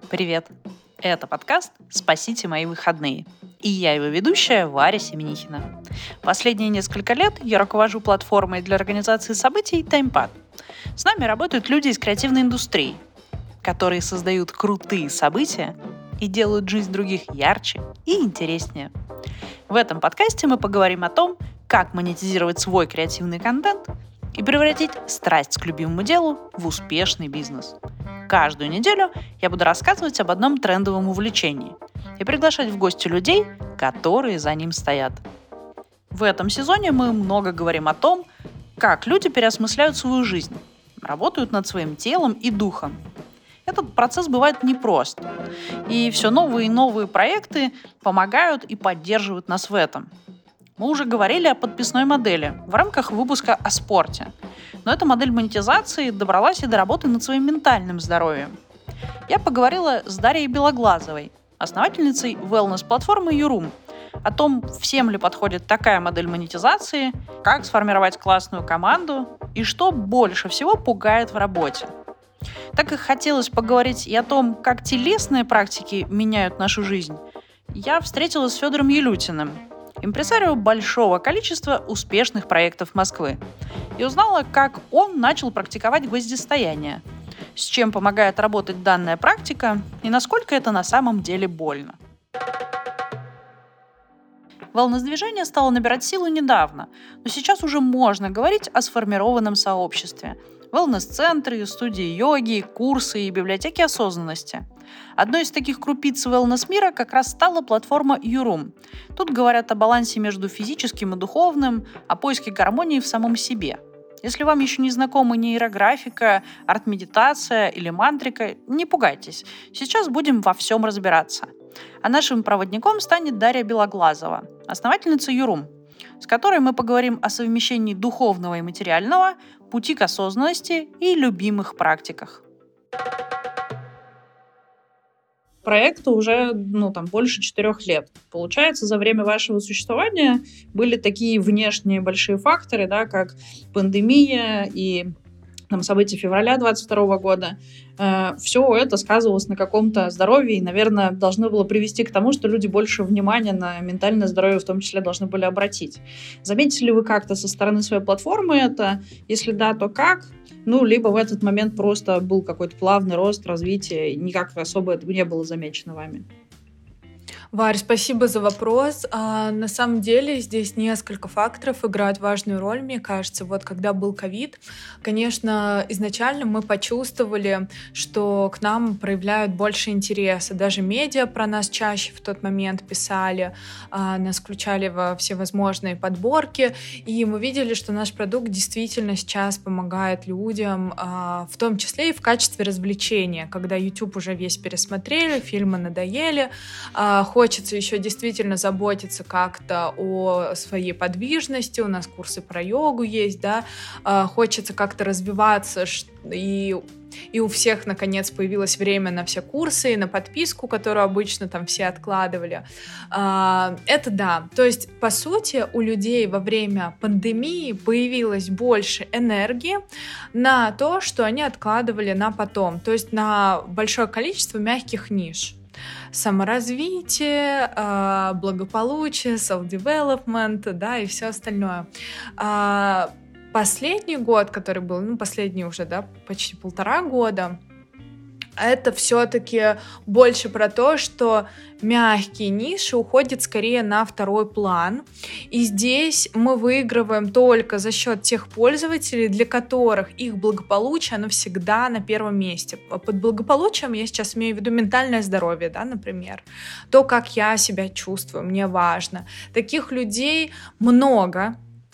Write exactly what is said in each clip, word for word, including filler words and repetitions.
Привет! Это подкаст «Спасите мои выходные». И я его ведущая Варя Семенихина. Последние несколько лет я руковожу платформой для организации событий TimePad. С нами работают люди из креативной индустрии, которые создают крутые события и делают жизнь других ярче и интереснее. В этом подкасте мы поговорим о том, как монетизировать свой креативный контент и превратить страсть к любимому делу в успешный бизнес. Каждую неделю я буду рассказывать об одном трендовом увлечении и приглашать в гости людей, которые за ним стоят. В этом сезоне мы много говорим о том, как люди переосмысляют свою жизнь, работают над своим телом и духом. Этот процесс бывает непрост, и все новые и новые проекты помогают и поддерживают нас в этом. Мы уже говорили о подписной модели в рамках выпуска о спорте. Но эта модель монетизации добралась и до работы над своим ментальным здоровьем. Я поговорила с Дарьей Белоглазовой, основательницей wellness-платформы Юрум, о том, всем ли подходит такая модель монетизации, как сформировать классную команду и что больше всего пугает в работе. Так как хотелось поговорить и о том, как телесные практики меняют нашу жизнь, я встретилась с Федором Елютиным, импресарио большого количества успешных проектов Москвы, и узнала, как он начал практиковать гвоздистояние, с чем помогает работать данная практика и насколько это на самом деле больно. Wellness-движение стало набирать силу недавно, но сейчас уже можно говорить о сформированном сообществе. Wellness-центры, студии йоги, курсы и библиотеки осознанности. Одной из таких крупиц wellness-мира как раз стала платформа Юрум. Тут говорят о балансе между физическим и духовным, о поиске гармонии в самом себе. Если вам еще не знакомы нейрографика, арт-медитация или мантрика, не пугайтесь. Сейчас будем во всем разбираться. А нашим проводником станет Дарья Белоглазова, основательница Юрум, с которой мы поговорим о совмещении духовного и материального, пути к осознанности и любимых практиках. Проекту уже ну, там, больше четырех лет. Получается, за время вашего существования были такие внешние большие факторы, да, как пандемия и там, события февраля двадцать второго года. Э, все это сказывалось на каком-то здоровье и, наверное, должно было привести к тому, что люди больше внимания на ментальное здоровье в том числе должны были обратить. Заметили ли вы как-то со стороны своей платформы это? Если да, то как? Ну, либо в этот момент просто был какой-то плавный рост, развитие, и никак особо это не было замечено вами? Варь, спасибо за вопрос. А, на самом деле здесь несколько факторов играют важную роль, мне кажется. Вот когда был ковид, конечно, изначально мы почувствовали, что к нам проявляют больше интереса. Даже медиа про нас чаще в тот момент писали, а, нас включали во всевозможные подборки, и мы видели, что наш продукт действительно сейчас помогает людям, а, в том числе и в качестве развлечения, когда YouTube уже весь пересмотрели, фильмы надоели, а, хочется еще действительно заботиться как-то о своей подвижности, у нас курсы про йогу есть, да, хочется как-то развиваться, и, и у всех, наконец, появилось время на все курсы и на подписку, которую обычно там все откладывали. Это да, то есть, по сути, у людей во время пандемии появилось больше энергии на то, что они откладывали на потом, то есть на большое количество мягких ниш. Саморазвитие, благополучие, self-development, да, и все остальное. Последний год, который был, ну, последний уже, да, почти полтора года, это все-таки больше про то, что мягкие ниши уходят скорее на второй план. И здесь мы выигрываем только за счет тех пользователей, для которых их благополучие, оно всегда на первом месте. Под благополучием я сейчас имею в виду ментальное здоровье, да, например. То, как я себя чувствую, мне важно. Таких людей много.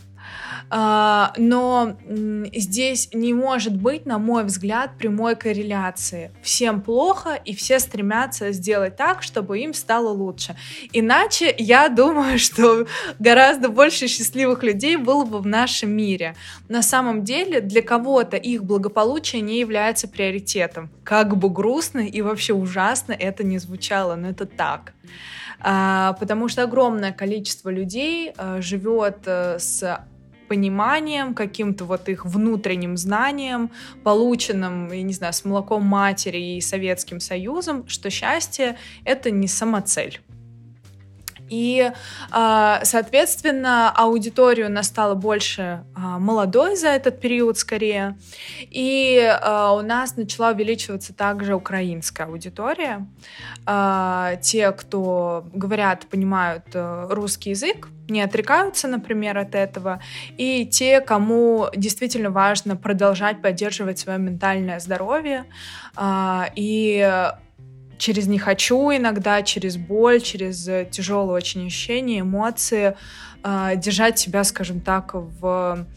Но здесь не может быть, на мой взгляд, прямой корреляции. Всем плохо, и все стремятся сделать так, чтобы им стало лучше. Иначе, я думаю, что гораздо больше счастливых людей было бы в нашем мире. На самом деле, для кого-то их благополучие не является приоритетом. Как бы грустно и вообще ужасно это ни звучало, но это так. Потому что огромное количество людей живет с пониманием, каким-то вот их внутренним знанием, полученным, я не знаю, с молоком матери и Советским Союзом, что счастье — это не самоцель. И, соответственно, аудитория у нас стала больше молодой за этот период скорее. И у нас начала увеличиваться также украинская аудитория. Те, кто говорят, понимают русский язык, не отрекаются, например, от этого. И те, кому действительно важно продолжать поддерживать свое ментальное здоровье. И через «не хочу» иногда, через боль, через тяжелые очень ощущения, эмоции, э, держать себя, скажем так, в...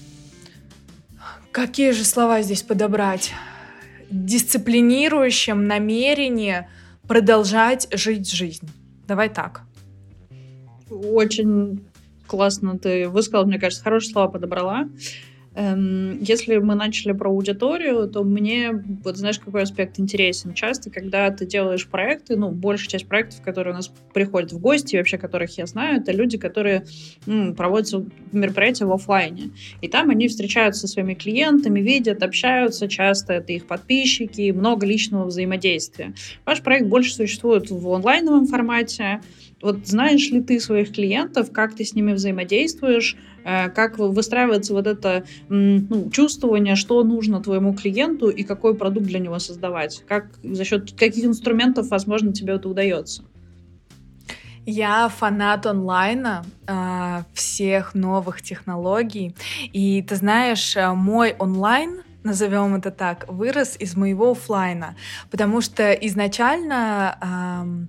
Какие же слова здесь подобрать? Дисциплинирующем намерении продолжать жить жизнь. Давай так. Очень классно ты высказала, мне кажется, хорошие слова подобрала. Если мы начали про аудиторию, то мне, вот знаешь, какой аспект интересен. Часто, когда ты делаешь проекты, ну, большая часть проектов, которые у нас приходят в гости, вообще которых я знаю, это люди, которые ну, проводят мероприятия в офлайне. И там они встречаются со своими клиентами, видят, общаются, часто это их подписчики, много личного взаимодействия. Ваш проект больше существует в онлайновом формате. Вот знаешь ли ты своих клиентов, как ты с ними взаимодействуешь, как выстраивается вот это ну, чувствование, что нужно твоему клиенту и какой продукт для него создавать? Как, за счет каких инструментов, возможно, тебе это удается? Я фанат онлайна, всех новых технологий. И ты знаешь, мой онлайн, назовем это так, вырос из моего офлайна, потому что изначально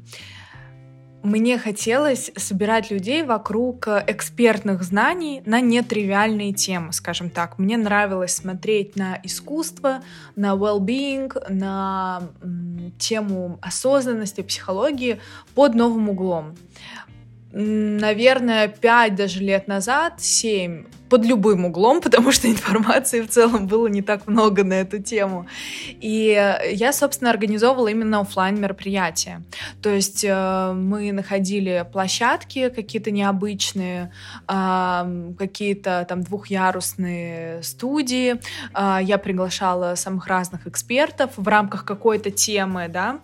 мне хотелось собирать людей вокруг экспертных знаний на нетривиальные темы, скажем так. Мне нравилось смотреть на искусство, на well-being, на м, тему осознанности, психологии под новым углом. Наверное, пять даже лет назад, семь, под любым углом, потому что информации в целом было не так много на эту тему. И я, собственно, организовывала именно офлайн мероприятия. То есть э, мы находили площадки какие-то необычные, э, какие-то там двухъярусные студии. Э, я приглашала самых разных экспертов в рамках какой-то темы, да,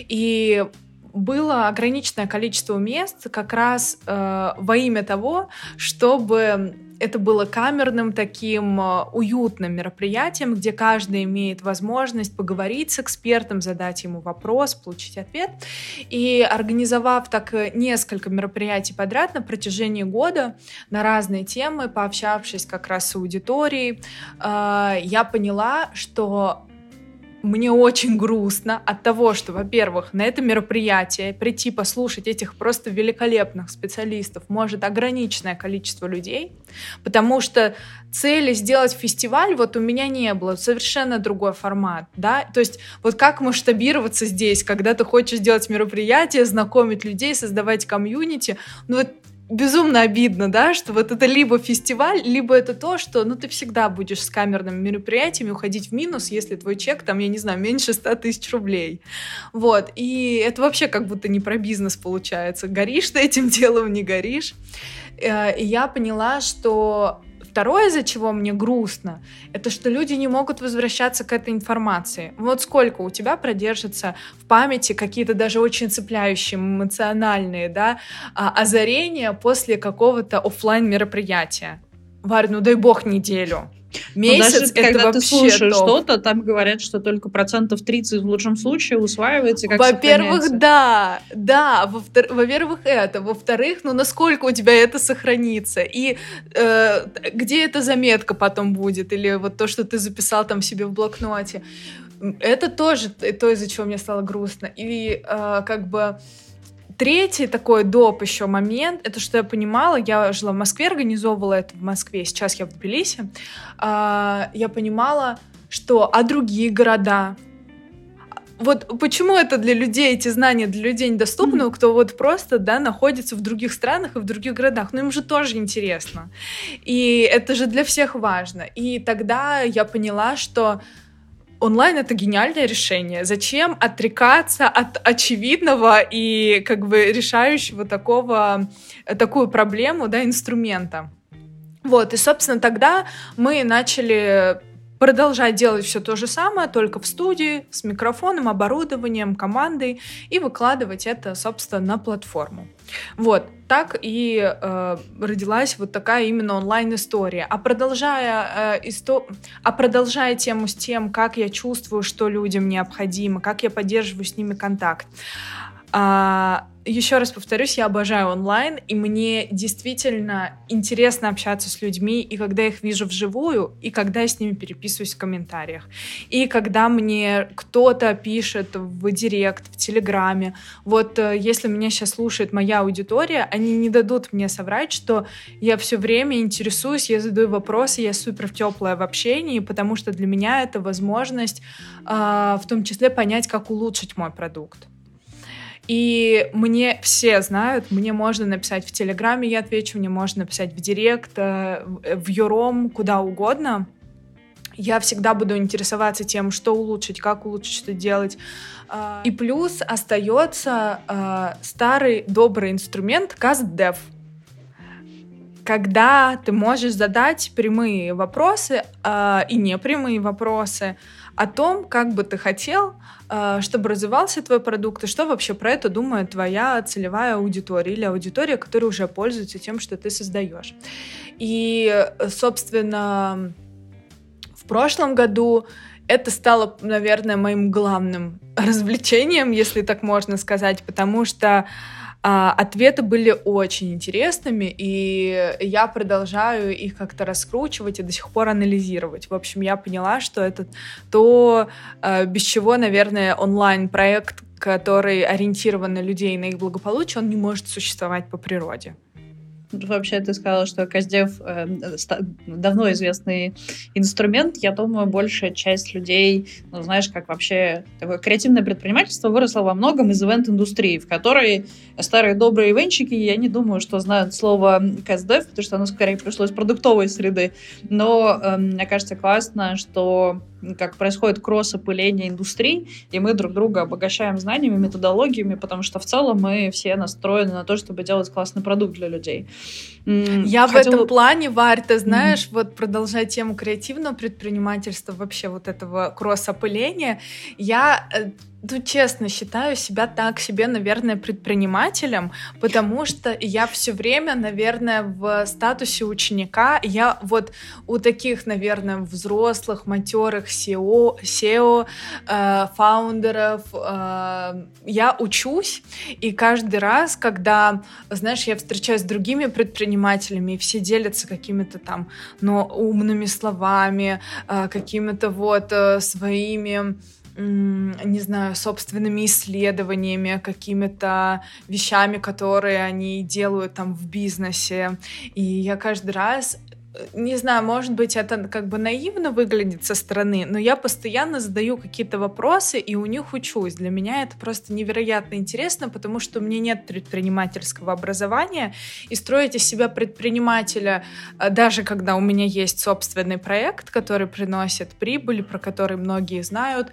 и было ограниченное количество мест как раз э, во имя того, чтобы это было камерным, таким э, уютным мероприятием, где каждый имеет возможность поговорить с экспертом, задать ему вопрос, получить ответ. И организовав так несколько мероприятий подряд на протяжении года на разные темы, пообщавшись как раз с аудиторией, э, я поняла, что мне очень грустно от того, что, во-первых, на это мероприятие прийти послушать этих просто великолепных специалистов может ограниченное количество людей, потому что цели сделать фестиваль вот у меня не было, совершенно другой формат, да, то есть вот как масштабироваться здесь, когда ты хочешь делать мероприятие, знакомить людей, создавать комьюнити, ну вот безумно обидно, да, что вот это либо фестиваль, либо это то, что, ну, ты всегда будешь с камерными мероприятиями уходить в минус, если твой чек, там, я не знаю, меньше ста тысяч рублей. Вот, и это вообще как будто не про бизнес получается. Горишь ты этим делом, не горишь. И я поняла, что второе, из-за чего мне грустно, это что люди не могут возвращаться к этой информации. Вот сколько у тебя продержится в памяти какие-то даже очень цепляющие, эмоциональные, да, озарения после какого-то офлайн мероприятия. Варь, ну дай бог неделю. Месяц, даже это когда вообще ты слушаешь топ. Что-то, там говорят, что только процентов тридцать в лучшем случае усваивается, как Во-первых, сохраняется. да, да, во-втор- во-первых, это, во-вторых, ну насколько у тебя это сохранится, и э, где эта заметка потом будет, или вот то, что ты записал там себе в блокноте, это тоже то, из-за чего мне стало грустно, и э, как бы третий такой доп. Еще момент, это что я понимала, я жила в Москве, организовывала это в Москве, сейчас я в Тбилиси, а, я понимала, что а другие города, вот почему это для людей, эти знания для людей недоступны, mm-hmm. кто вот просто, да, находится в других странах и в других городах, но им же тоже интересно, и это же для всех важно, и тогда я поняла, что онлайн — это гениальное решение. Зачем отрекаться от очевидного и как бы решающего такого, такую проблему, да, инструмента? Вот, и, собственно, тогда мы начали продолжать делать все то же самое, только в студии, с микрофоном, оборудованием, командой, и выкладывать это, собственно, на платформу. Вот, так и э, родилась вот такая именно онлайн-история. А продолжая, э, исто... а продолжая тему с тем, как я чувствую, что людям необходимо, как я поддерживаю с ними контакт, а, еще раз повторюсь, я обожаю онлайн, и мне действительно интересно общаться с людьми, и когда я их вижу вживую, и когда я с ними переписываюсь в комментариях, и когда мне кто-то пишет в директ, в Телеграме. Вот если меня сейчас слушает моя аудитория, они не дадут мне соврать, что я все время интересуюсь, я задаю вопросы, я супер теплая в общении, потому что для меня это возможность в том числе понять, как улучшить мой продукт. И мне все знают, мне можно написать в Телеграме, я отвечу, мне можно написать в Директ, в Юром, куда угодно. Я всегда буду интересоваться тем, что улучшить, как улучшить, что делать. И плюс остается старый добрый инструмент CastDev, когда ты можешь задать прямые вопросы и непрямые вопросы о том, как бы ты хотел, чтобы развивался твой продукт, и что вообще про это думает твоя целевая аудитория или аудитория, которая уже пользуется тем, что ты создаешь. И, собственно, в прошлом году это стало, наверное, моим главным развлечением, если так можно сказать, потому что А, ответы были очень интересными, и я продолжаю их как-то раскручивать и до сих пор анализировать. В общем, я поняла, что это то, без чего, наверное, онлайн-проект, который ориентирован на людей, на их благополучие, он не может существовать по природе. Вообще, ты сказала, что CastDev э, давно известный инструмент. Я думаю, большая часть людей, ну, знаешь, как вообще такое креативное предпринимательство выросло во многом из ивент-индустрии, в которой старые добрые ивенчики, я не думаю, что знают слово CastDev, потому что оно скорее пришло из продуктовой среды. Но э, мне кажется, классно, что как происходит кросс-опыление индустрий, и мы друг друга обогащаем знаниями, методологиями, потому что в целом мы все настроены на то, чтобы делать классный продукт для людей. Я Хотела... в этом плане, Варь, ты знаешь, mm-hmm. вот продолжая тему креативного предпринимательства, вообще вот этого кросс-опыления, я... Ну, честно, считаю себя так себе, наверное, предпринимателем, потому что я все время, наверное, в статусе ученика. Я вот у таких, наверное, взрослых, матерых си и о, си и о э, фаундеров э, я учусь, и каждый раз, когда, знаешь, я встречаюсь с другими предпринимателями, и все делятся какими-то там, ну, умными словами, э, какими-то вот э, своими... не знаю, собственными исследованиями, какими-то вещами, которые они делают там в бизнесе. И я каждый раз, не знаю, может быть, это как бы наивно выглядит со стороны, но я постоянно задаю какие-то вопросы и у них учусь. Для меня это просто невероятно интересно, потому что у меня нет предпринимательского образования, и строить из себя предпринимателя, даже когда у меня есть собственный проект, который приносит прибыль, про который многие знают,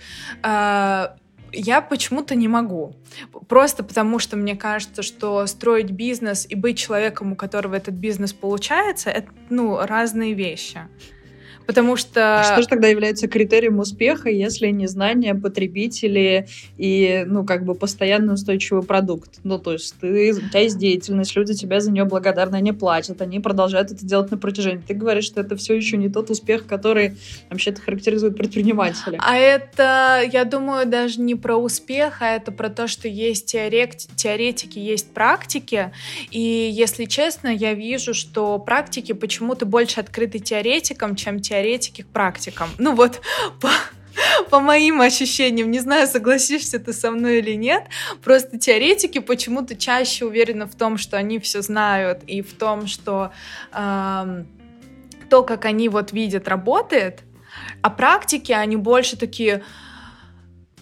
я почему-то не могу. Просто потому, что мне кажется, что строить бизнес и быть человеком, у которого этот бизнес получается, это, ну, разные вещи. Потому что... А что же тогда является критерием успеха, если не знание потребителей и, ну, как бы постоянный устойчивый продукт? Ну, то есть ты, у тебя есть деятельность, люди тебя за нее благодарны, они платят, они продолжают это делать на протяжении. Ты говоришь, что это все еще не тот успех, который вообще-то характеризует предпринимателя. А это, я думаю, даже не про успех, а это про то, что есть теорет... теоретики, есть практики. И, если честно, я вижу, что практики почему-то больше открыты теоретикам, чем теоретикам. теоретики к практикам. Ну вот, по, по моим ощущениям, не знаю, согласишься ты со мной или нет, просто теоретики почему-то чаще уверены в том, что они все знают, и в том, что э, то, как они вот видят, работает, а практики, они больше такие...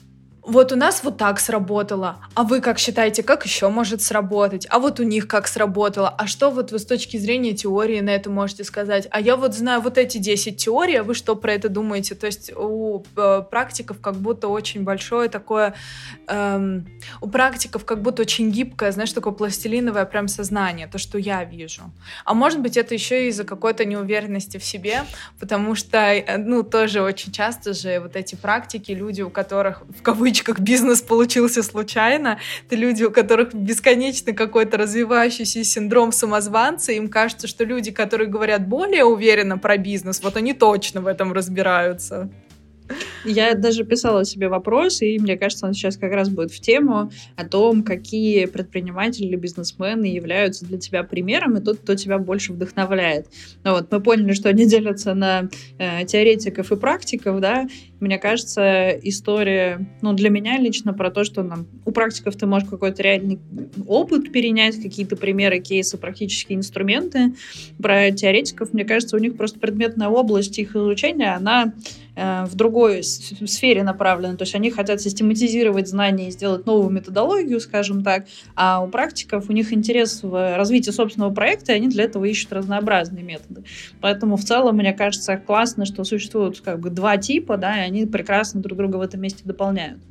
вот у нас вот так сработало, а вы как считаете, как еще может сработать? А вот у них как сработало? А что вот вы с точки зрения теории на это можете сказать? А я вот знаю вот эти десять теорий, а вы что про это думаете? То есть у э, практиков как будто очень большое такое... Эм, у практиков как будто очень гибкое, знаешь, такое пластилиновое прям сознание, то, что я вижу. А может быть, это еще из-за какой-то неуверенности в себе, потому что, ну, тоже очень часто же вот эти практики, люди, у которых, в кавычках, бизнес получился случайно, это люди, у которых бесконечно какой-то развивающийся синдром самозванца, им кажется, что люди, которые говорят более уверенно про бизнес, вот они точно в этом разбираются. Я даже писала себе вопрос, и мне кажется, он сейчас как раз будет в тему о том, какие предприниматели или бизнесмены являются для тебя примером, и тот, кто тебя больше вдохновляет. Ну вот, мы поняли, что они делятся на э, теоретиков и практиков, да. Мне кажется, история, ну, для меня лично про то, что нам, у практиков ты можешь какой-то реальный опыт перенять, какие-то примеры, кейсы, практические инструменты. Про теоретиков, мне кажется, у них просто предметная область их изучения, она в другой сфере направлены, то есть они хотят систематизировать знания и сделать новую методологию, скажем так, а у практиков у них интерес в развитии собственного проекта, и они для этого ищут разнообразные методы. Поэтому в целом, мне кажется, классно, что существуют как бы два типа, да, и они прекрасно друг друга в этом месте дополняют.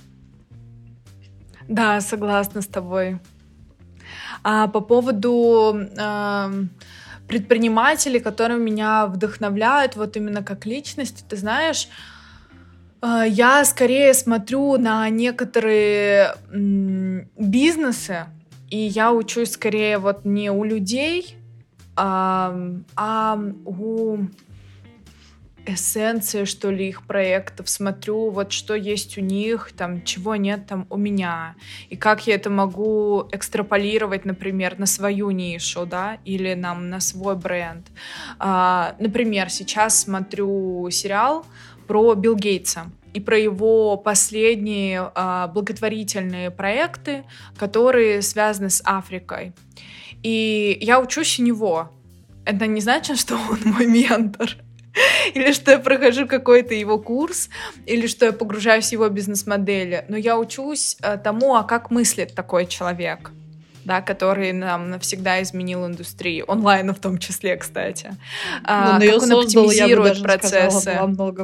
Да, согласна с тобой. А по поводу... Э- предприниматели, которые меня вдохновляют вот именно как личность, ты знаешь, я скорее смотрю на некоторые бизнесы, и я учусь скорее вот не у людей, а, а у эссенции, что ли, их проектов, смотрю, вот что есть у них, там, чего нет там у меня, и как я это могу экстраполировать, например, на свою нишу, да, или нам на свой бренд. А, например, сейчас смотрю сериал про Билла Гейтса и про его последние а, благотворительные проекты, которые связаны с Африкой. И я учусь у него. Это не значит, что он мой ментор, или что я прохожу какой-то его курс, или что я погружаюсь в его бизнес-модели. Но я учусь э, тому, а как мыслит такой человек, да, который нам навсегда изменил индустрию, онлайна в том числе, кстати. А, ну, как он создал, оптимизирует процессы.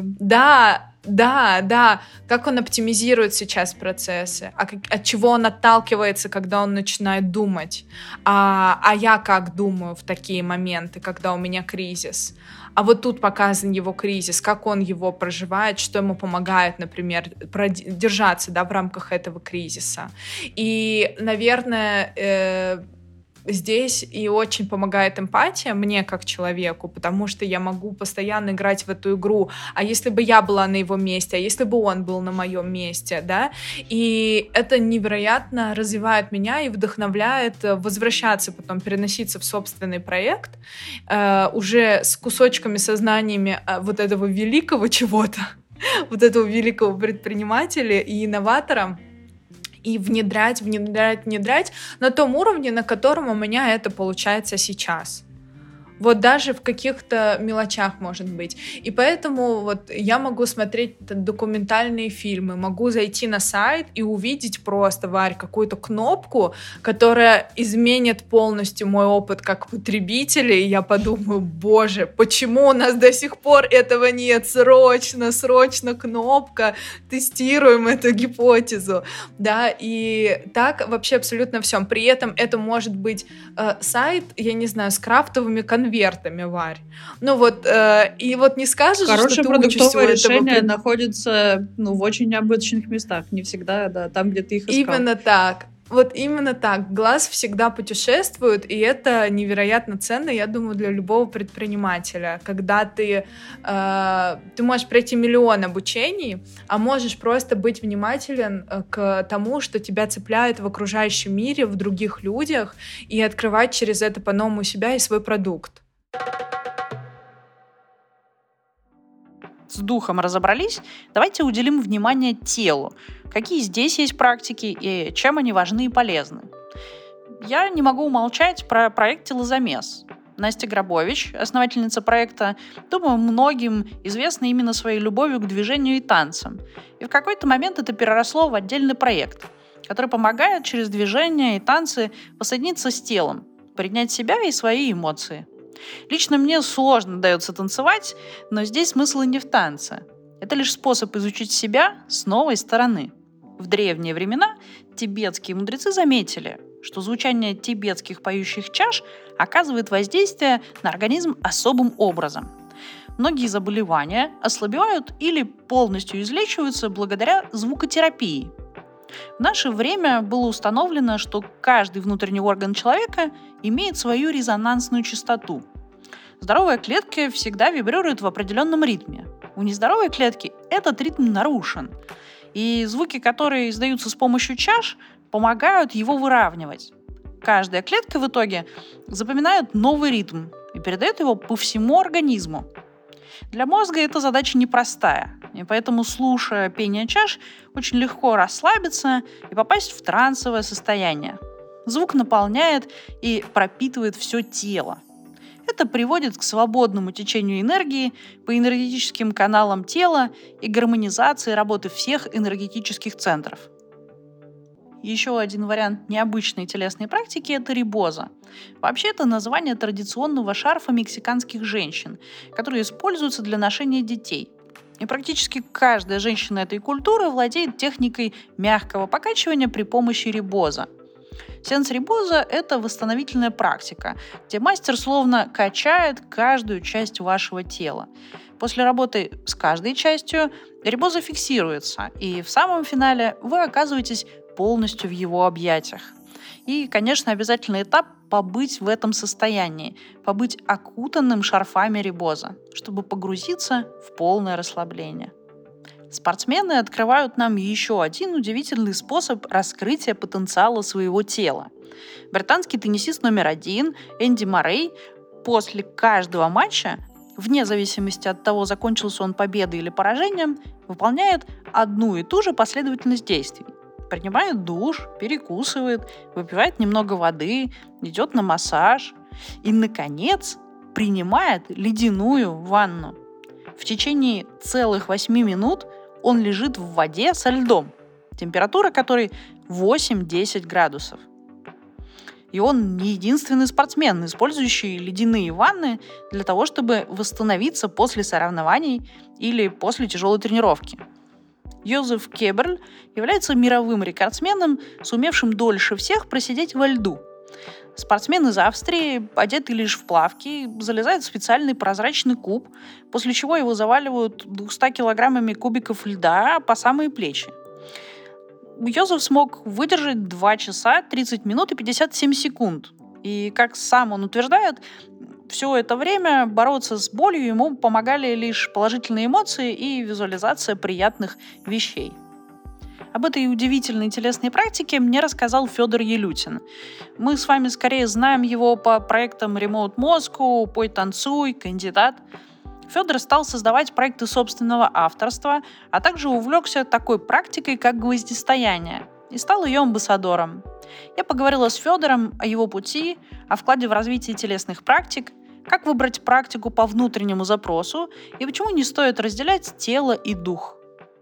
Да, да, да. Как он оптимизирует сейчас процессы, а как, от чего он отталкивается, когда он начинает думать. А, а я как думаю в такие моменты, когда у меня кризис. А вот тут показан его кризис, как он его проживает, что ему помогает, например, держаться, да, в рамках этого кризиса. И, наверное, э- здесь и очень помогает эмпатия мне как человеку, потому что я могу постоянно играть в эту игру. А если бы я была на его месте, а если бы он был на моем месте, да? И это невероятно развивает меня и вдохновляет возвращаться потом, переноситься в собственный проект э, уже с кусочками, сознаниями э, вот этого великого чего-то, вот этого великого предпринимателя и инноватора, и внедрять, внедрять, внедрять на том уровне, на котором у меня это получается сейчас. Вот даже в каких-то мелочах, может быть. И поэтому вот я могу смотреть документальные фильмы, могу зайти на сайт и увидеть просто, Варь, какую-то кнопку, которая изменит полностью мой опыт как потребителя, и я подумаю, боже, почему у нас до сих пор этого нет? Срочно, срочно кнопка, тестируем эту гипотезу. Да, и так вообще абсолютно всем. При этом это может быть э, сайт, я не знаю, с крафтовыми конвертами, конвертами, Варь. Ну вот, э, и вот не скажешь, Хорошее что ты продуктовое учишься решение этого... находится, ну, в очень необычных местах. Не всегда, да, там, где ты их искал. Именно так. Вот именно так. Глаз всегда путешествует, и это невероятно ценно, я думаю, для любого предпринимателя. Когда ты, э, ты можешь пройти миллион обучений, а можешь просто быть внимателен к тому, что тебя цепляет в окружающем мире, в других людях, и открывать через это по-новому себя и свой продукт. С духом разобрались, давайте уделим внимание телу. Какие здесь есть практики и чем они важны и полезны? Я не могу умолчать про проект «Телозамес». Настя Грабович, основательница проекта, думаю, многим известна именно своей любовью к движению и танцам. И в какой-то момент это переросло в отдельный проект, который помогает через движение и танцы воссоединиться с телом, принять себя и свои эмоции. Лично мне сложно дается танцевать, но здесь смысл не в танце. Это лишь способ изучить себя с новой стороны. В древние времена тибетские мудрецы заметили, что звучание тибетских поющих чаш оказывает воздействие на организм особым образом. Многие заболевания ослабевают или полностью излечиваются благодаря звукотерапии. В наше время было установлено, что каждый внутренний орган человека имеет свою резонансную частоту. Здоровая клетка всегда вибрирует в определенном ритме. У нездоровой клетки этот ритм нарушен. И звуки, которые издаются с помощью чаш, помогают его выравнивать. Каждая клетка в итоге запоминает новый ритм и передает его по всему организму. Для мозга эта задача непростая, и поэтому, слушая пение чаш, очень легко расслабиться и попасть в трансовое состояние. Звук наполняет и пропитывает все тело. Это приводит к свободному течению энергии по энергетическим каналам тела и гармонизации работы всех энергетических центров. Еще один вариант необычной телесной практики – это рибоза. Вообще, это название традиционного шарфа мексиканских женщин, который используется для ношения детей. И практически каждая женщина этой культуры владеет техникой мягкого покачивания при помощи рибоза. Сеанс рибоза – это восстановительная практика, где мастер словно качает каждую часть вашего тела. После работы с каждой частью рибоза фиксируется, и в самом финале вы оказываетесь полностью в его объятиях. И, конечно, обязательный этап – побыть в этом состоянии, побыть окутанным шарфами рибоза, чтобы погрузиться в полное расслабление. Спортсмены открывают нам еще один удивительный способ раскрытия потенциала своего тела. Британский теннисист номер один Энди Моррей после каждого матча, вне зависимости от того, закончился он победой или поражением, выполняет одну и ту же последовательность действий. Принимает душ, перекусывает, выпивает немного воды, идет на массаж и, наконец, принимает ледяную ванну. В течение целых восьми минут он лежит в воде со льдом, температура которой восемь-десять градусов. И он не единственный спортсмен, использующий ледяные ванны для того, чтобы восстановиться после соревнований или после тяжелой тренировки. Йозеф Кеберль является мировым рекордсменом, сумевшим дольше всех просидеть во льду. Спортсмен из Австрии, одетый лишь в плавки, залезает в специальный прозрачный куб, после чего его заваливают двумястами килограммами кубиков льда по самые плечи. Йозеф смог выдержать два часа тридцать минут и пятьдесят семь секунд. И, как сам он утверждает, все это время бороться с болью ему помогали лишь положительные эмоции и визуализация приятных вещей. Об этой удивительной телесной практике мне рассказал Федор Елютин. Мы с вами скорее знаем его по проектам Remote Moscow, Пой, танцуй, Кандидат. Федор стал создавать проекты собственного авторства, а также увлекся такой практикой, как гвоздистояние, и стал ее амбассадором. Я поговорила с Федором о его пути, о вкладе в развитие телесных практик, как выбрать практику по внутреннему запросу и почему не стоит разделять тело и дух.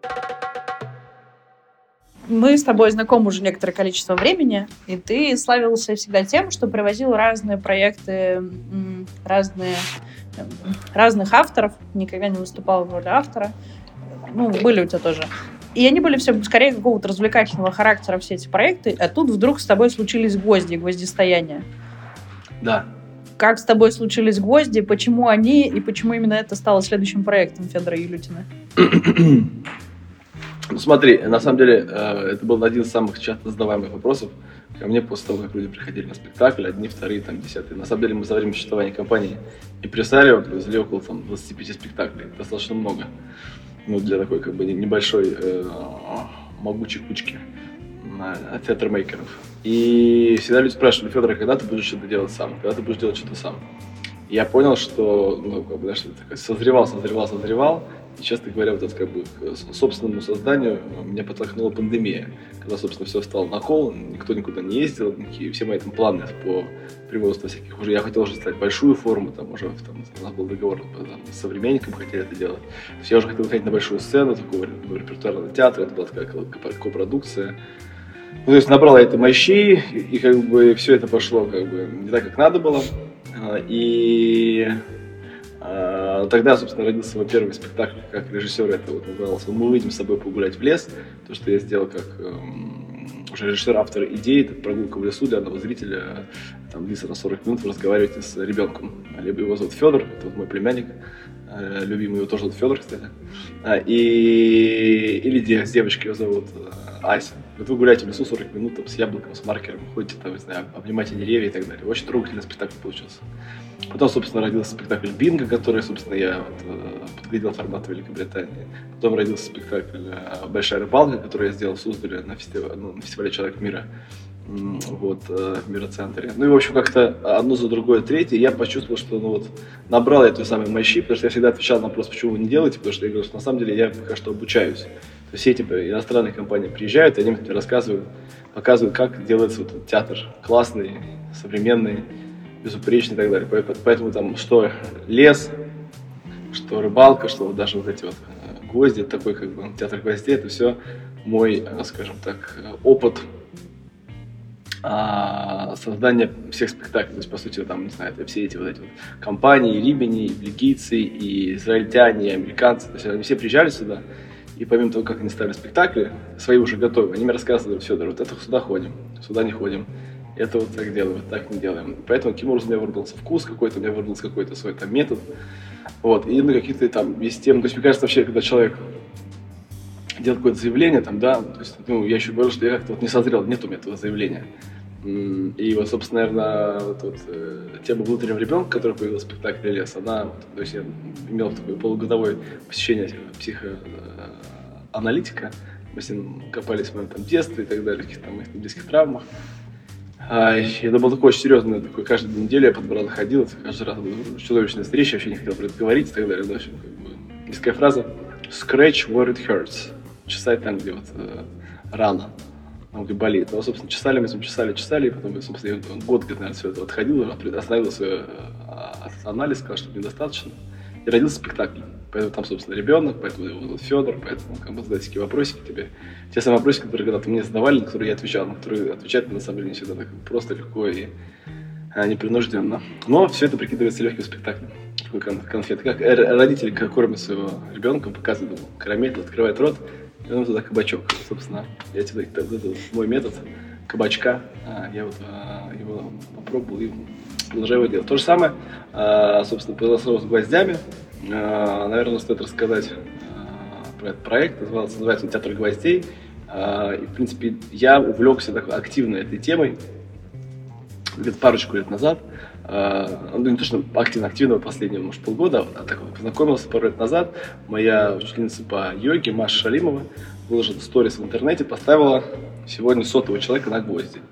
Мы с тобой знакомы уже некоторое количество времени, и ты славился всегда тем, что привозил разные проекты, разные, разных авторов, никогда не выступал в роли автора. Ну, были у тебя тоже. И они были все скорее какого-то развлекательного характера, все эти проекты, а тут вдруг с тобой случились гвозди, гвоздистояния. Да. Как с тобой случились гвозди, почему они, и почему именно это стало следующим проектом Федора Елютина? Ну смотри, на самом деле, это был один из самых часто задаваемых вопросов ко мне после того, как люди приходили на спектакль, одни, вторые, там, десятые. На самом деле мы за время существования компании Импресарио привезли около там, двадцати пяти спектаклей. Достаточно много. Ну, для такой как бы небольшой э, могучей кучки э, театр-мейкеров. И всегда люди спрашивали: Федор, а когда ты будешь что-то делать сам? Когда ты будешь делать что-то сам? И я понял, что, ну, как бы, да, что такое, созревал, созревал, созревал. И, честно говоря, вот это как бы к собственному созданию меня подтолкнула пандемия, когда, собственно, все встало на кол, никто никуда не ездил, никакие, все мои там планы по производству всяких уже, я хотел уже стать большую форму, там уже там, у нас был договор там, с современником, хотели это делать. То есть я уже хотел выходить на большую сцену, такого репертуарного театра, это была такая копродукция. Ну, то есть набрал я этой мощи, и, и как бы все это пошло как бы не так, как надо было. И а, тогда, собственно, родился мой первый спектакль как режиссер. Это вот назывался «Мы выйдем с собой погулять в лес». То, что я сделал как эм, уже режиссер, автор идеи, это прогулка в лесу для одного зрителя. Там длится на сорок минут, вы разговариваете с ребенком. Либо его зовут Федор, это вот мой племянник. Любимый его тоже зовут Федор, кстати. И... Или де... с девочкой его зовут Ася. Вот вы гуляете в лесу сорок минут там, с яблоком, с маркером, ходите там, не знаю, обнимаете деревья и так далее. Очень трогательный спектакль получился. Потом, собственно, родился спектакль «Бинго», который, собственно, я вот, подглядел формат Великобритании. Потом родился спектакль «Большая рыбалка», который я сделал в Суздале на фестивале, ну, на фестивале «Человек мира». Вот, в Мироцентре. Ну и, в общем, как-то одно за другое, третье, я почувствовал, что, ну вот, набрал я той самой мощи, потому что я всегда отвечал на вопрос, почему вы не делаете, потому что я говорю, что на самом деле я пока что обучаюсь. То есть эти иностранные компании приезжают, и они мне рассказывают, показывают, как делается вот театр классный, современный, безупречный и так далее. Поэтому там что лес, что рыбалка, что вот даже вот эти вот гвозди, такой как бы театр гвоздей, это все мой, скажем так, опыт создание всех спектаклей, то есть, по сути, там, не знаю, это все эти вот эти вот компании, и римляне, и бельгийцы, и израильтяне, и американцы, то есть они все приезжали сюда, и помимо того, как они ставили спектакли, свои уже готовы, они мне рассказывали, Федор, вот это сюда ходим, сюда не ходим, это вот так делаем, вот так не делаем. Поэтому таким образом у меня вырвался вкус какой-то, у меня вырвался какой-то свой там метод, вот, и ну, какие-то там есть темы, то есть, мне кажется, вообще, когда человек делает какое-то заявление, там, да, то есть, ну, я еще говорил, что я как-то вот не созрел, нет у меня этого заявления. И вот, собственно, наверное, вот, вот, э, тема внутреннего ребенка, которая появилась в спектакле «Лес», она, вот, то есть я имел такое полугодовое посещение психоаналитика, мы с ним копались в моем там детстве и так далее, каких-то там моих детских травмах. А, и это было такое очень серьезное, такое, каждую неделю я подбирал, ходил, каждый раз была чудовищная встреча, я вообще не хотел про это говорить и так далее. Да, общем, как бы, есть такая фраза «scratch where it hurts», чесать там, где вот э, рана. Там, где болит. Ну, собственно, чесали мы с ним, чесали, чесали, и потом, собственно, я год, где-то, наверное, все это отходил, остановил свой анализ, сказал, что недостаточно, и родился спектакль. Поэтому там, собственно, ребенок, поэтому его зовут Федор, поэтому как бы задать такие вопросики тебе. Те самые вопросы, которые когда-то мне задавали, на которые я отвечал, на которые отвечать на самом деле не всегда так просто, легко и а, непринужденно. Но все это прикидывается легким спектаклем. Такой конфет. Как родители как кормят своего ребенка, показывают ему карамель, открывает рот, и он туда кабачок. Собственно, я тебе это, это мой метод кабачка. А, я вот а, его попробовал и продолжаю его делать. То же самое, а, собственно, произошло с гвоздями. А, наверное, стоит рассказать а, про этот проект. Называется, называется «Театр гвоздей». А, и, в принципе, я увлекся такой активно этой темой где-то парочку лет назад. Uh, ну, не то, что активно-активно последние, может, полгода, а так вот познакомился пару лет назад. Моя учительница по йоге, Маша Шалимова, выложила сторис в интернете, поставила сегодня сотого человека на гвозди.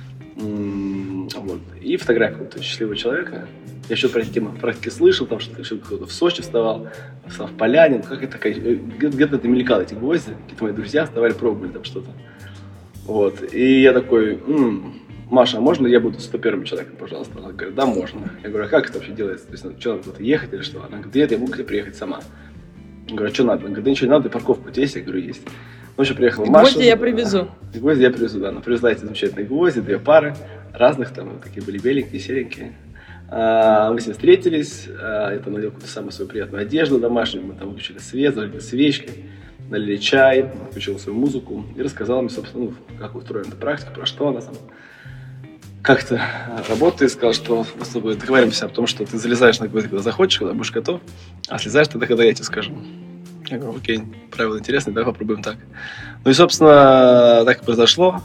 Mm, вот. И фотографию вот, счастливого человека. Я еще про эти темы практики слышал, там что-то, что кто-то в Сочи вставал, встал в Поляне, ну, как это, где-то это мелькало, эти гвозди, какие-то мои друзья вставали, пробовали там что-то. Вот. И я такой... М-м, Маша, а можно я буду сто первым человеком, пожалуйста? Она говорит, да, можно. Я говорю, а как это вообще делается? То есть, ну, что, надо куда-то ехать или что? Она говорит, нет, я могу к тебе приехать сама. Я говорю, а что надо? Она говорит, да ничего не надо, парковку у тебя есть? Я говорю, есть. Ну, еще приехала Маша. Гвозди я привезу. И гвозди я привезу, да. Она привезла эти замечательные гвозди, две пары разных, там, такие были беленькие, серенькие. А, мы с ней встретились, а, я там надел какую-то самую свою приятную одежду домашнюю, мы там выключили свет, зажгли свечки, налили чай, включил свою музыку и рассказала мне, собственно, ну, как устроена эта практика, про что она там. Как это работает, сказал, что мы с тобой договариваемся о том, что ты залезаешь на гвозди, когда захочешь, когда будешь готов, а слезаешь тогда, когда я тебе скажу. Я говорю, окей, правила интересные, давай попробуем так. Ну и, собственно, так и произошло.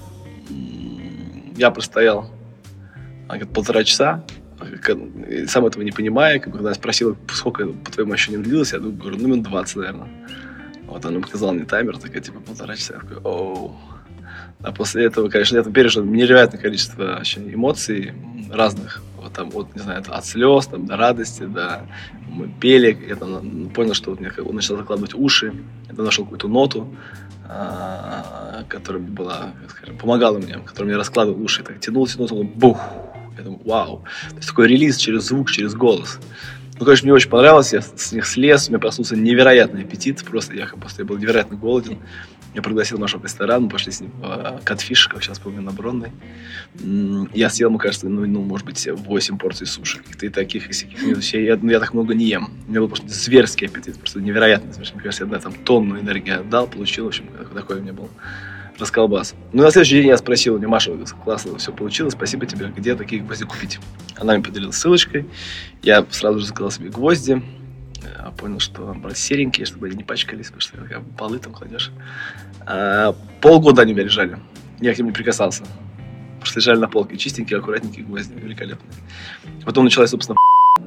Я простоял где-то полтора часа, сам этого не понимая, когда она спросила, сколько по твоим ощущениям длилось, я говорю, ну, минут двадцать, наверное. Вот она показала мне таймер, такая, типа, полтора часа, я такой, оу. А после этого, конечно, я пережил невероятное количество эмоций разных. Вот там, вот, не знаю, от слез, там, до радости, да. Мы пели, я там понял, что вот мне он начал закладывать уши, я нашел какую-то ноту, а, которая была, скажем, помогала мне, которая мне раскладывала уши, так тянул, тянул, тянул, бух. Я думаю, вау. То есть такой релиз через звук, через голос. Ну, конечно, мне очень понравилось, я с них слез, у меня проснулся невероятный аппетит, просто я, просто я был невероятно голоден. Я пригласил Машу в ресторан, мы пошли с ним в Catfish, как сейчас помню, на Бронной. Я съел, мне кажется, ну, ну может быть, восемь порций суши, каких-то и таких, и всяких. Я, ну, я так много не ем. У меня был просто зверский аппетит, просто невероятно. Мне кажется, я да, там тонну энергии отдал, получил, в общем, такой у меня был расколбас. Ну, на следующий день я спросил у нее, Маша, классно все получилось, спасибо тебе, где такие гвозди купить? Она мне поделилась ссылочкой, я сразу же заказал себе гвозди, понял, что брать серенькие, чтобы они не пачкались, потому что как, полы там кладешь. А, полгода они у меня лежали, я к ним не прикасался, потому что лежали на полке, чистенькие, аккуратненькие гвозди, великолепные. Потом началась, собственно,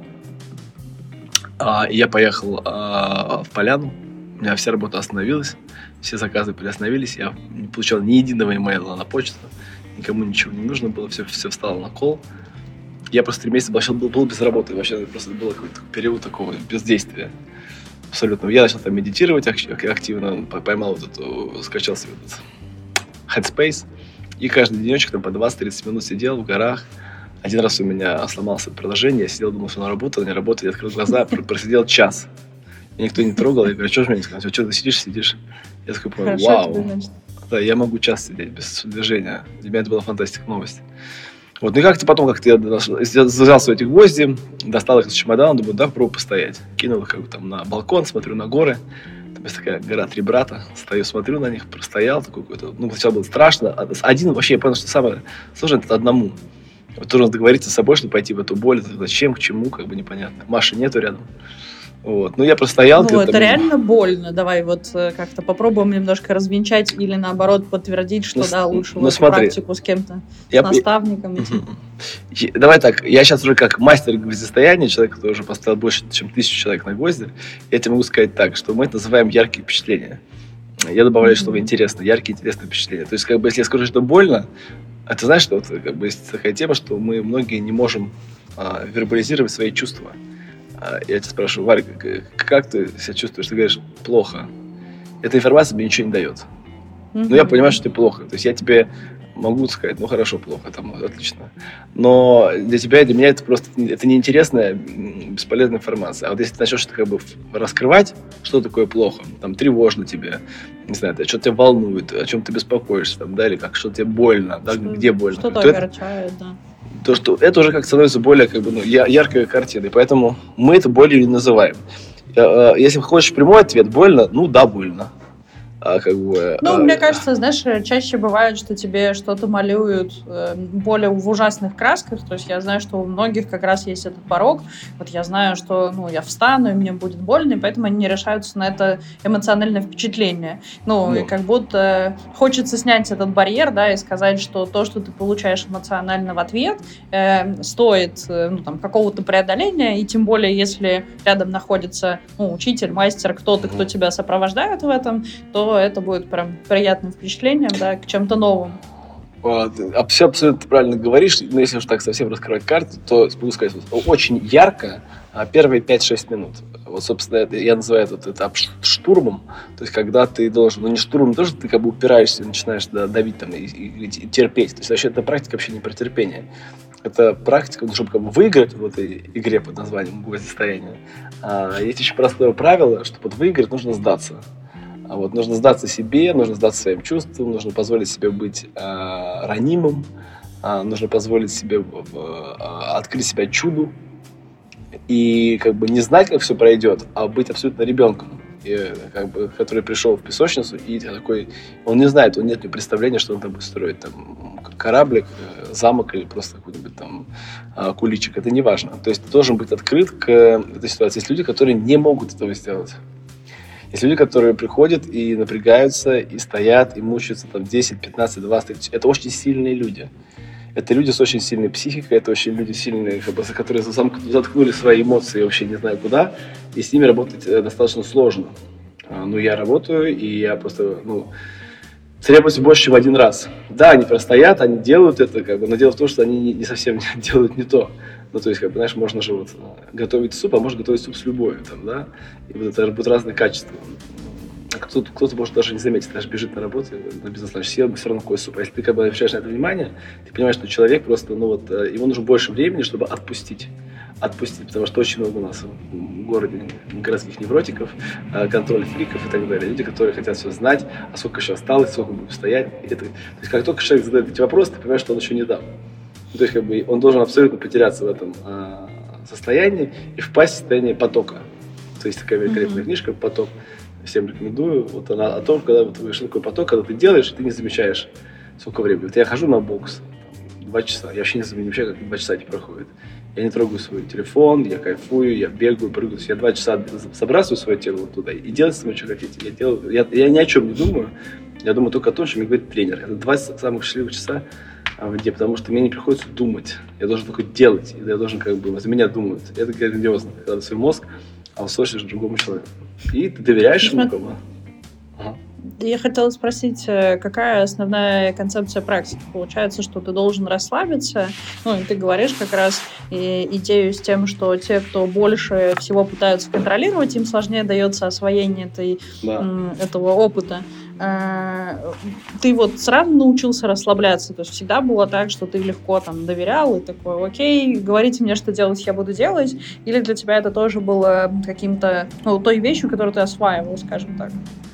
а, и я поехал а, в Поляну, у меня вся работа остановилась, все заказы приостановились, я не получал ни единого имейла на почту, никому ничего не нужно было, все, все встало на кол. Я просто три месяца был, был без работы, вообще просто был какой-то период такого бездействия абсолютно. Я начал там медитировать активно, поймал вот эту, скачал себе этот Headspace, и каждый денечек там по двадцать-тридцать минут сидел в горах. Один раз у меня сломался приложение, я сидел, думал, что оно работает, не работает, я открыл глаза, просидел час. И никто не трогал, я говорю, что же мне не сказать, что ты сидишь, сидишь? Я такой понял, вау, да, я могу час сидеть без движения. Для меня это была фантастика, новость. Вот, ну и как-то потом, как-то я зажался в эти гвозди, достал их из чемодана, думаю, да, попробую постоять. Кинул их как бы там на балкон, смотрю на горы. Там есть такая гора Три Брата. Стою, смотрю на них, простоял такой какой-то. Ну, сначала было страшно. Один вообще, я понял, что самое сложное — это одному. Вот тоже надо договориться с собой, чтобы пойти в эту боль. Зачем, к чему, как бы непонятно. Маши нету рядом. Вот. Ну, я простоял. Ну, это реально больно. Давай вот как-то попробуем немножко развенчать или, наоборот, подтвердить, что, ну, да, лучше ну, в эту смотри, практику с кем-то, я... с наставником идти. Давай так, я сейчас уже как мастер гвоздистояния, человек, который уже поставил больше, чем тысячу человек на гвозди, я тебе могу сказать так, что мы это называем яркие впечатления. Я добавляю, mm-hmm. что интересно, яркие, интересные впечатления. То есть, как бы, если я скажу, что больно, это, знаешь, что вот, как бы, есть такая тема, что мы многие не можем а, вербализировать свои чувства. Я тебя спрашиваю, Варя, как ты себя чувствуешь? Ты говоришь, плохо. Эта информация мне ничего не дает. Mm-hmm. Но я понимаю, что тебе плохо. То есть я тебе могу сказать, ну хорошо, плохо, там, отлично. Но для тебя и для меня это просто это неинтересная, бесполезная информация. А вот если ты начнешь как бы раскрывать, что такое плохо, там, тревожно тебе, не знаю, что тебя волнует, о чем ты беспокоишься, там, да, или как, что тебе больно, да, что, где больно. Что-то огорчает, да. То, что это уже как становится более как бы, ну, яркой картиной, поэтому мы это болью не называем. Если хочешь прямой ответ, больно, ну да, больно. А, как бы, ну, а... мне кажется, знаешь, чаще бывает, что тебе что-то малюют э, более в ужасных красках. То есть я знаю, что у многих как раз есть этот порог. Вот я знаю, что ну, я встану, и мне будет больно, и поэтому они не решаются на это эмоциональное впечатление. Ну, ну. И как будто хочется снять этот барьер, да, и сказать, что то, что ты получаешь эмоционально в ответ, э, стоит э, ну, там, какого-то преодоления, и тем более, если рядом находится ну, учитель, мастер, кто-то, кто тебя сопровождает в этом, то это будет прям приятным впечатлением, да, к чем-то новым. Вот. Все абсолютно правильно говоришь, но если уж так совсем раскрывать карты, то могу сказать, очень ярко первые пять-шесть минут. Вот, собственно, это, я называю этот этап штурмом, то есть когда ты должен, ну не штурмом, тоже ты как бы упираешься, начинаешь да, давить там и, и, и терпеть. То есть вообще эта практика вообще не про терпение. Это практика, чтобы как бы выиграть в этой игре под названием гвоздистояние. А, есть еще простое правило, что под выиграть нужно сдаться. А вот нужно сдаться себе, нужно сдаться своим чувствам, нужно позволить себе быть э, ранимым, э, нужно позволить себе э, открыть себя чуду и как бы не знать, как все пройдет, а быть абсолютно ребенком, и, как бы, который пришел в песочницу и такой, он не знает, он нет представления, что он там будет строить, там кораблик, замок или просто какой-нибудь там э, куличик, это не важно. То есть ты должен быть открыт к этой ситуации. Есть люди, которые не могут этого сделать. Есть люди, которые приходят и напрягаются, и стоят, и мучаются там десять, пятнадцать, двадцать. Это очень сильные люди. Это люди с очень сильной психикой, это очень люди сильные, которые заткнули свои эмоции вообще не знаю куда, и с ними работать достаточно сложно. Ну, я работаю, и я просто, ну, требуется больше, чем один раз. Да, они простоят, они делают это, как бы, но дело в том, что они не совсем делают не то. Ну, то есть, как бы, знаешь, можно же вот готовить суп, а можно готовить суп с любовью, там, да, и вот это будут разные качества. А кто-то, кто-то может даже не заметить, даже бежит на работу, на бизнес-ланч, съел бы все равно какой суп. А если ты как бы обращаешь на это внимание, ты понимаешь, что человек просто, ну вот, ему нужно больше времени, чтобы отпустить. Отпустить, потому что очень много у нас в городе городских невротиков, контроль фриков и так далее. Люди, которые хотят все знать, а сколько еще осталось, сколько будет стоять. Это, то есть, как только человек задает эти вопросы, ты понимаешь, что он еще не дал. Ну, то есть, как бы, он должен абсолютно потеряться в этом а, состоянии и впасть в состояние потока. То есть, такая великолепная mm-hmm. книжка «Поток». Всем рекомендую. Вот она о том, когда вот что такое поток, когда ты делаешь, и ты не замечаешь, сколько времени. Вот я хожу на бокс там, два часа, я вообще не замечаю, как два часа не проходит. Я не трогаю свой телефон, я кайфую, я бегаю, прыгаю. Я два часа забрасываю свое тело вот туда и делаю с собой, что хотите. Я, делаю, я, я ни о чем не думаю, я думаю только о том, что мне говорит тренер. Это два самых счастливых часа в дне, потому что мне не приходится думать. Я должен только делать, и я должен как бы за меня думать. Это грандиозно, когда свой мозг аутсорсишь другому человеку. И ты доверяешь ему кому. Ага. Я хотела спросить, какая основная концепция практики? Получается, что ты должен расслабиться, ну, и ты говоришь как раз и, идею с тем, что те, кто больше всего пытаются контролировать, им сложнее дается освоение этой, да. м, этого опыта. А, ты вот сразу научился расслабляться, то есть всегда было так, что ты легко там доверял и такой, окей, говорите мне, что делать, я буду делать, или для тебя это тоже было каким-то, ну, той вещью, которую ты осваивал, скажем так?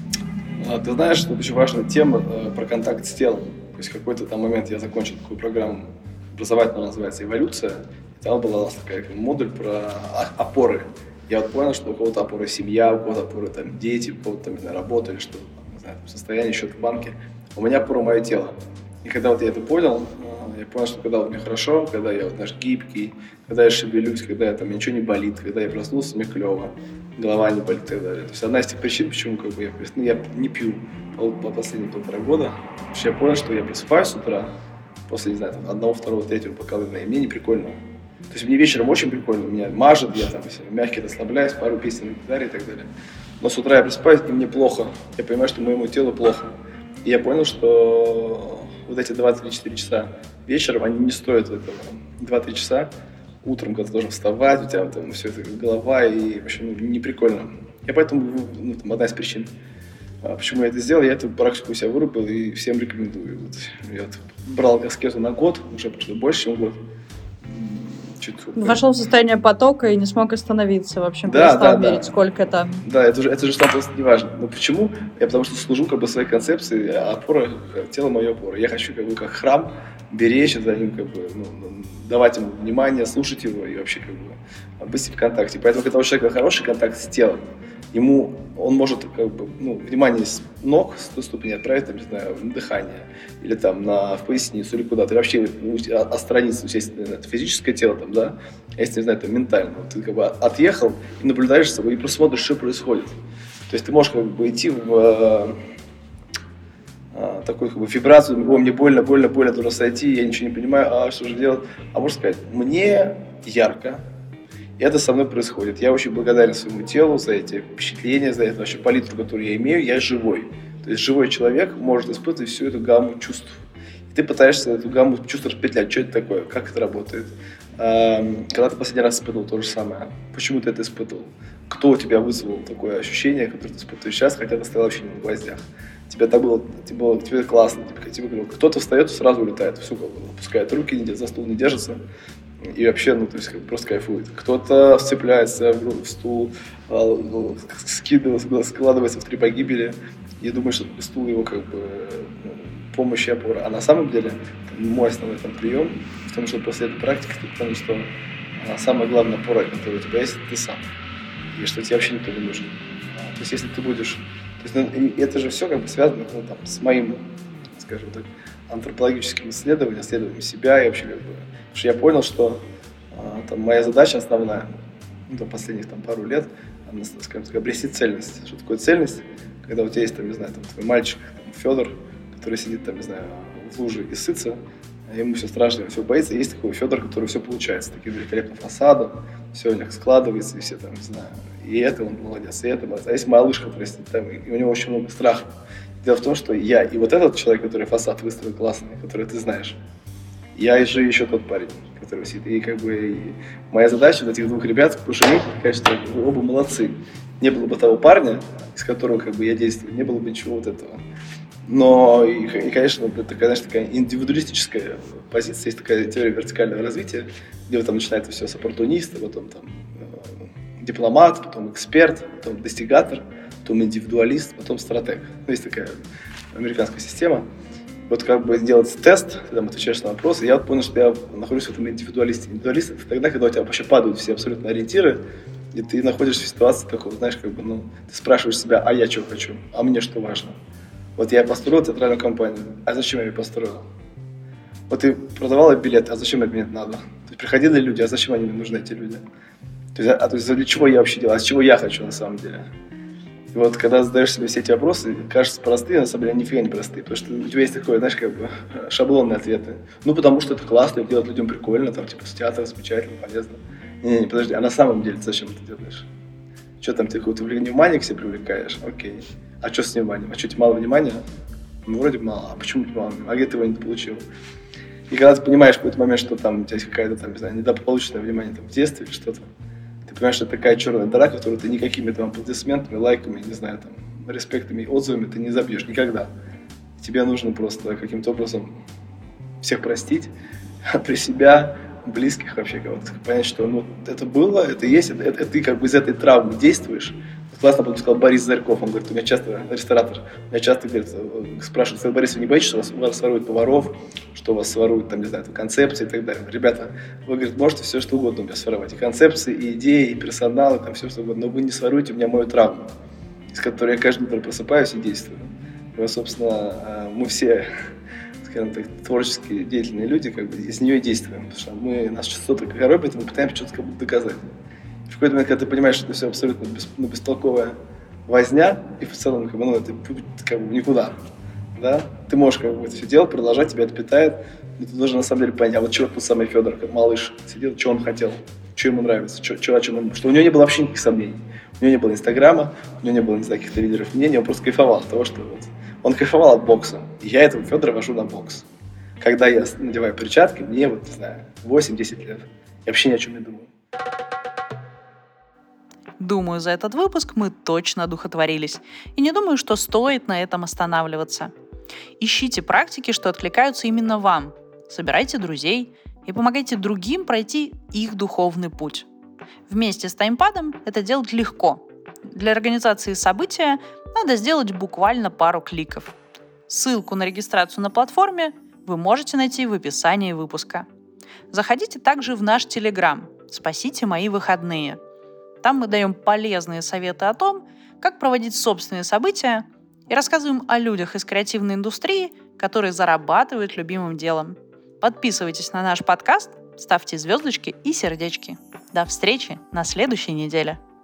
Ты знаешь, тут очень важная тема э, про контакт с телом. То есть в какой-то там момент я закончил такую программу образовательную, называется «Эволюция». И там была у нас такая модуль про опоры. Я вот понял, что у кого-то опора семья, у кого-то опора там, дети, у кого-то там, не знаю, работа или что-то, не знаю, состояние, счет в банке. У меня опора мое тело. И когда вот я это понял, я понял, что когда вот мне хорошо, когда я вот, знаешь, гибкий, когда я шевелюсь, когда я, там, ничего не болит, когда я проснулся, мне клево, голова не болит и так далее. То есть одна из тех причин, почему как бы, я, ну, я не пью по, по последние полтора года, потому что я понял, что я просыпаюсь с утра после, не знаю, там, одного, второго, третьего бокала вина, и мне не прикольно. То есть мне вечером очень прикольно, меня мажет, я там мягкий расслабляюсь, пару песен на гитаре и так далее. Но с утра я просыпаюсь, и мне плохо. Я понимаю, что моему телу плохо. И я понял, что вот эти два-три-четыре часа вечером, они не стоят этого. два-три часа утром, когда ты должен вставать, у тебя там все это голова, и вообще ну, не прикольно. Я поэтому, ну, там, одна из причин, почему я это сделал, я эту практику у себя вырубил и всем рекомендую. Вот, я вот брал аскезу на год, уже прошло больше, чем год. Чуть Вошел в состояние потока и не смог остановиться, в общем, да, перестал да, мерить, да. сколько там. Да, это же, это же что просто не важно. Но почему? Я потому что служу как бы своей концепции, опора, тело мое опора. Я хочу как бы как храм беречь за ним, как бы, ну, давать ему внимание, слушать его и вообще как бы быть в контакте. Поэтому, когда у человека хороший контакт с телом, ему он может как бы, ну, внимание с ног с ступени отправить, там, не знаю, на дыхание или там на, в поясницу или куда-то, или вообще ну, отстраниться, естественно, это физическое тело, там, да, а если, не знаю, там, ментально. Вот ты как бы отъехал и наблюдаешь за собой, и просто смотришь, что происходит. То есть ты можешь как бы идти в а, а, такую как бы вибрацию, о, мне больно, больно, больно, должен сойти, я ничего не понимаю, а что же делать? А можешь сказать, мне ярко, и это со мной происходит. Я очень благодарен своему телу за эти впечатления, за эту вообще палитру, которую я имею. Я живой. То есть живой человек может испытывать всю эту гамму чувств. И ты пытаешься эту гамму чувств распетлять. Что это такое? Как это работает? Когда ты последний раз испытывал то же самое? Почему ты это испытывал? Кто у тебя вызвал такое ощущение, которое ты испытываешь сейчас, хотя ты стоял вообще не в гвоздях? Тебе так было, тебе, было, тебе классно. Тебе, тебе, кто-то встает и сразу улетает. Всю голову. Опускает руки, за стул не держится. И вообще, ну, то есть, как, просто кайфует. Кто-то вцепляется в, в стул, скидывается, складывается в три погибели и думает, что стул его как бы ну, помощь и опора. А на самом деле, мой основной там прием в том, что после этой практики ты понял, что самая главная опора, которая у тебя есть, ты сам. И что тебе вообще никто не нужен. То есть, если ты будешь... То есть, ну, это же все как бы связано ну, там, с моим, скажем так, антропологическим исследованием, исследованием себя и вообще как бы... Потому что я понял, что а, там, моя задача основная, ну, там, последних там, пару лет, она, скажем так, обрести цельность. Что такое цельность? Когда у тебя есть, там, не знаю, там, твой мальчик, там, Федор, который сидит, там, не знаю, в луже и сытся, ему все страшно, все боится. Есть такой Федор, который все получается, таким великолепным фасадом, все у них складывается, и все там, не знаю, и это он молодец, и это молодец. А есть малыш, который сидит там, и у него очень много страха. Дело в том, что я и вот этот человек, который фасад выстроил классный, который ты знаешь, Я же еще тот парень, который сидит. И как бы и моя задача вот этих двух ребят поженить, конечно, вы оба молодцы. Не было бы того парня, из которого как бы я действую, не было бы ничего вот этого. Но, и, и конечно, это такая, знаешь, такая индивидуалистическая позиция, есть такая теория вертикального развития, где вот там начинается все с оппортуниста, потом там э, дипломат, потом эксперт, потом достигатор, потом индивидуалист, потом стратег. Ну, есть такая американская система. Вот как бы сделать тест, когда ты отвечаешь на вопросы, я вот понял, что я нахожусь в этом индивидуалисте. Индивидуалист — это тогда, когда у тебя вообще падают все абсолютно ориентиры, и ты находишься в ситуации такого, знаешь, как бы, ну, ты спрашиваешь себя, а я что хочу, а мне что важно. Вот я построил театральную компанию, а зачем я ее построил? Вот ты продавала билеты, а зачем мне это надо? То есть приходили люди, а зачем они мне нужны, эти люди? То есть, а то есть для чего я вообще делаю, а с чего я хочу на самом деле? И вот когда задаешь себе все эти вопросы, кажется простые, на самом деле они нифига не простые, потому что у тебя есть такое, знаешь, как бы шаблонные ответы. Ну, потому что это классно, делать людям прикольно, там, типа, с театром замечательно, полезно. Не-не-не, подожди, а на самом деле ты зачем это делаешь? Что там, ты какое-то внимание к себе привлекаешь? Окей. А что с вниманием? А что, тебе мало внимания? Ну, вроде мало. А почему тебе мало внимания? А где ты его не получил? И когда ты понимаешь в какой-то момент, что там у тебя есть какая-то, там, не знаю, недополученное внимание там, в детстве или что-то, ты понимаешь, что это такая черная дыра, которую ты никакими там аплодисментами, лайками, не знаю, там, респектами, отзывами ты не забьешь никогда. Тебе нужно просто каким-то образом всех простить, а при себя, близких вообще кого-то, понять, что ну, это было, это есть, это, это, это ты как бы из этой травмы действуешь. Классно потом сказал Борис Зарьков, он говорит, у меня часто, ресторатор, у меня часто говорит, спрашивают, Борис, вы не боитесь, что вас, вас своруют поваров, что вас своруют, там, не знаю, концепции и так далее. Ребята, вы, говорит, можете все что угодно у меня своровать, и концепции, и идеи, и персонал, и там все что угодно, но вы не своруете у меня мою травму, из которой я каждый утро просыпаюсь и действую. И вот, собственно, мы все, скажем так, творческие, деятельные люди, как бы из нее и действуем, потому что мы, нас что-то коробит, и мы пытаемся что-то как будто доказать. В какой-то момент, когда ты понимаешь, что это все абсолютно бес, ну, бестолковая возня, и в целом, как бы, ну, это как бы никуда, да, ты можешь как бы это все делать, продолжать, тебя это питает, но ты должен на самом деле понять, а вот чего тот самый Федор, как малыш, сидел, что он хотел, что ему нравится, что, что, о чем он, что у него не было вообще никаких сомнений, у него не было Инстаграма, у него не было, не знаю, каких-то лидеров мнений, он просто кайфовал от того, что вот, он кайфовал от бокса, и я этого Федора вожу на бокс. Когда я надеваю перчатки, мне вот, не знаю, восемь-десять лет, я вообще ни о чем не думаю. Думаю, за этот выпуск мы точно одухотворились. И не думаю, что стоит на этом останавливаться. Ищите практики, что откликаются именно вам. Собирайте друзей и помогайте другим пройти их духовный путь. Вместе с таймпадом это делать легко. Для организации события надо сделать буквально пару кликов. Ссылку на регистрацию на платформе вы можете найти в описании выпуска. Заходите также в наш Телеграм «Спасите мои выходные». Там мы даем полезные советы о том, как проводить собственные события и рассказываем о людях из креативной индустрии, которые зарабатывают любимым делом. Подписывайтесь на наш подкаст, ставьте звездочки и сердечки. До встречи на следующей неделе.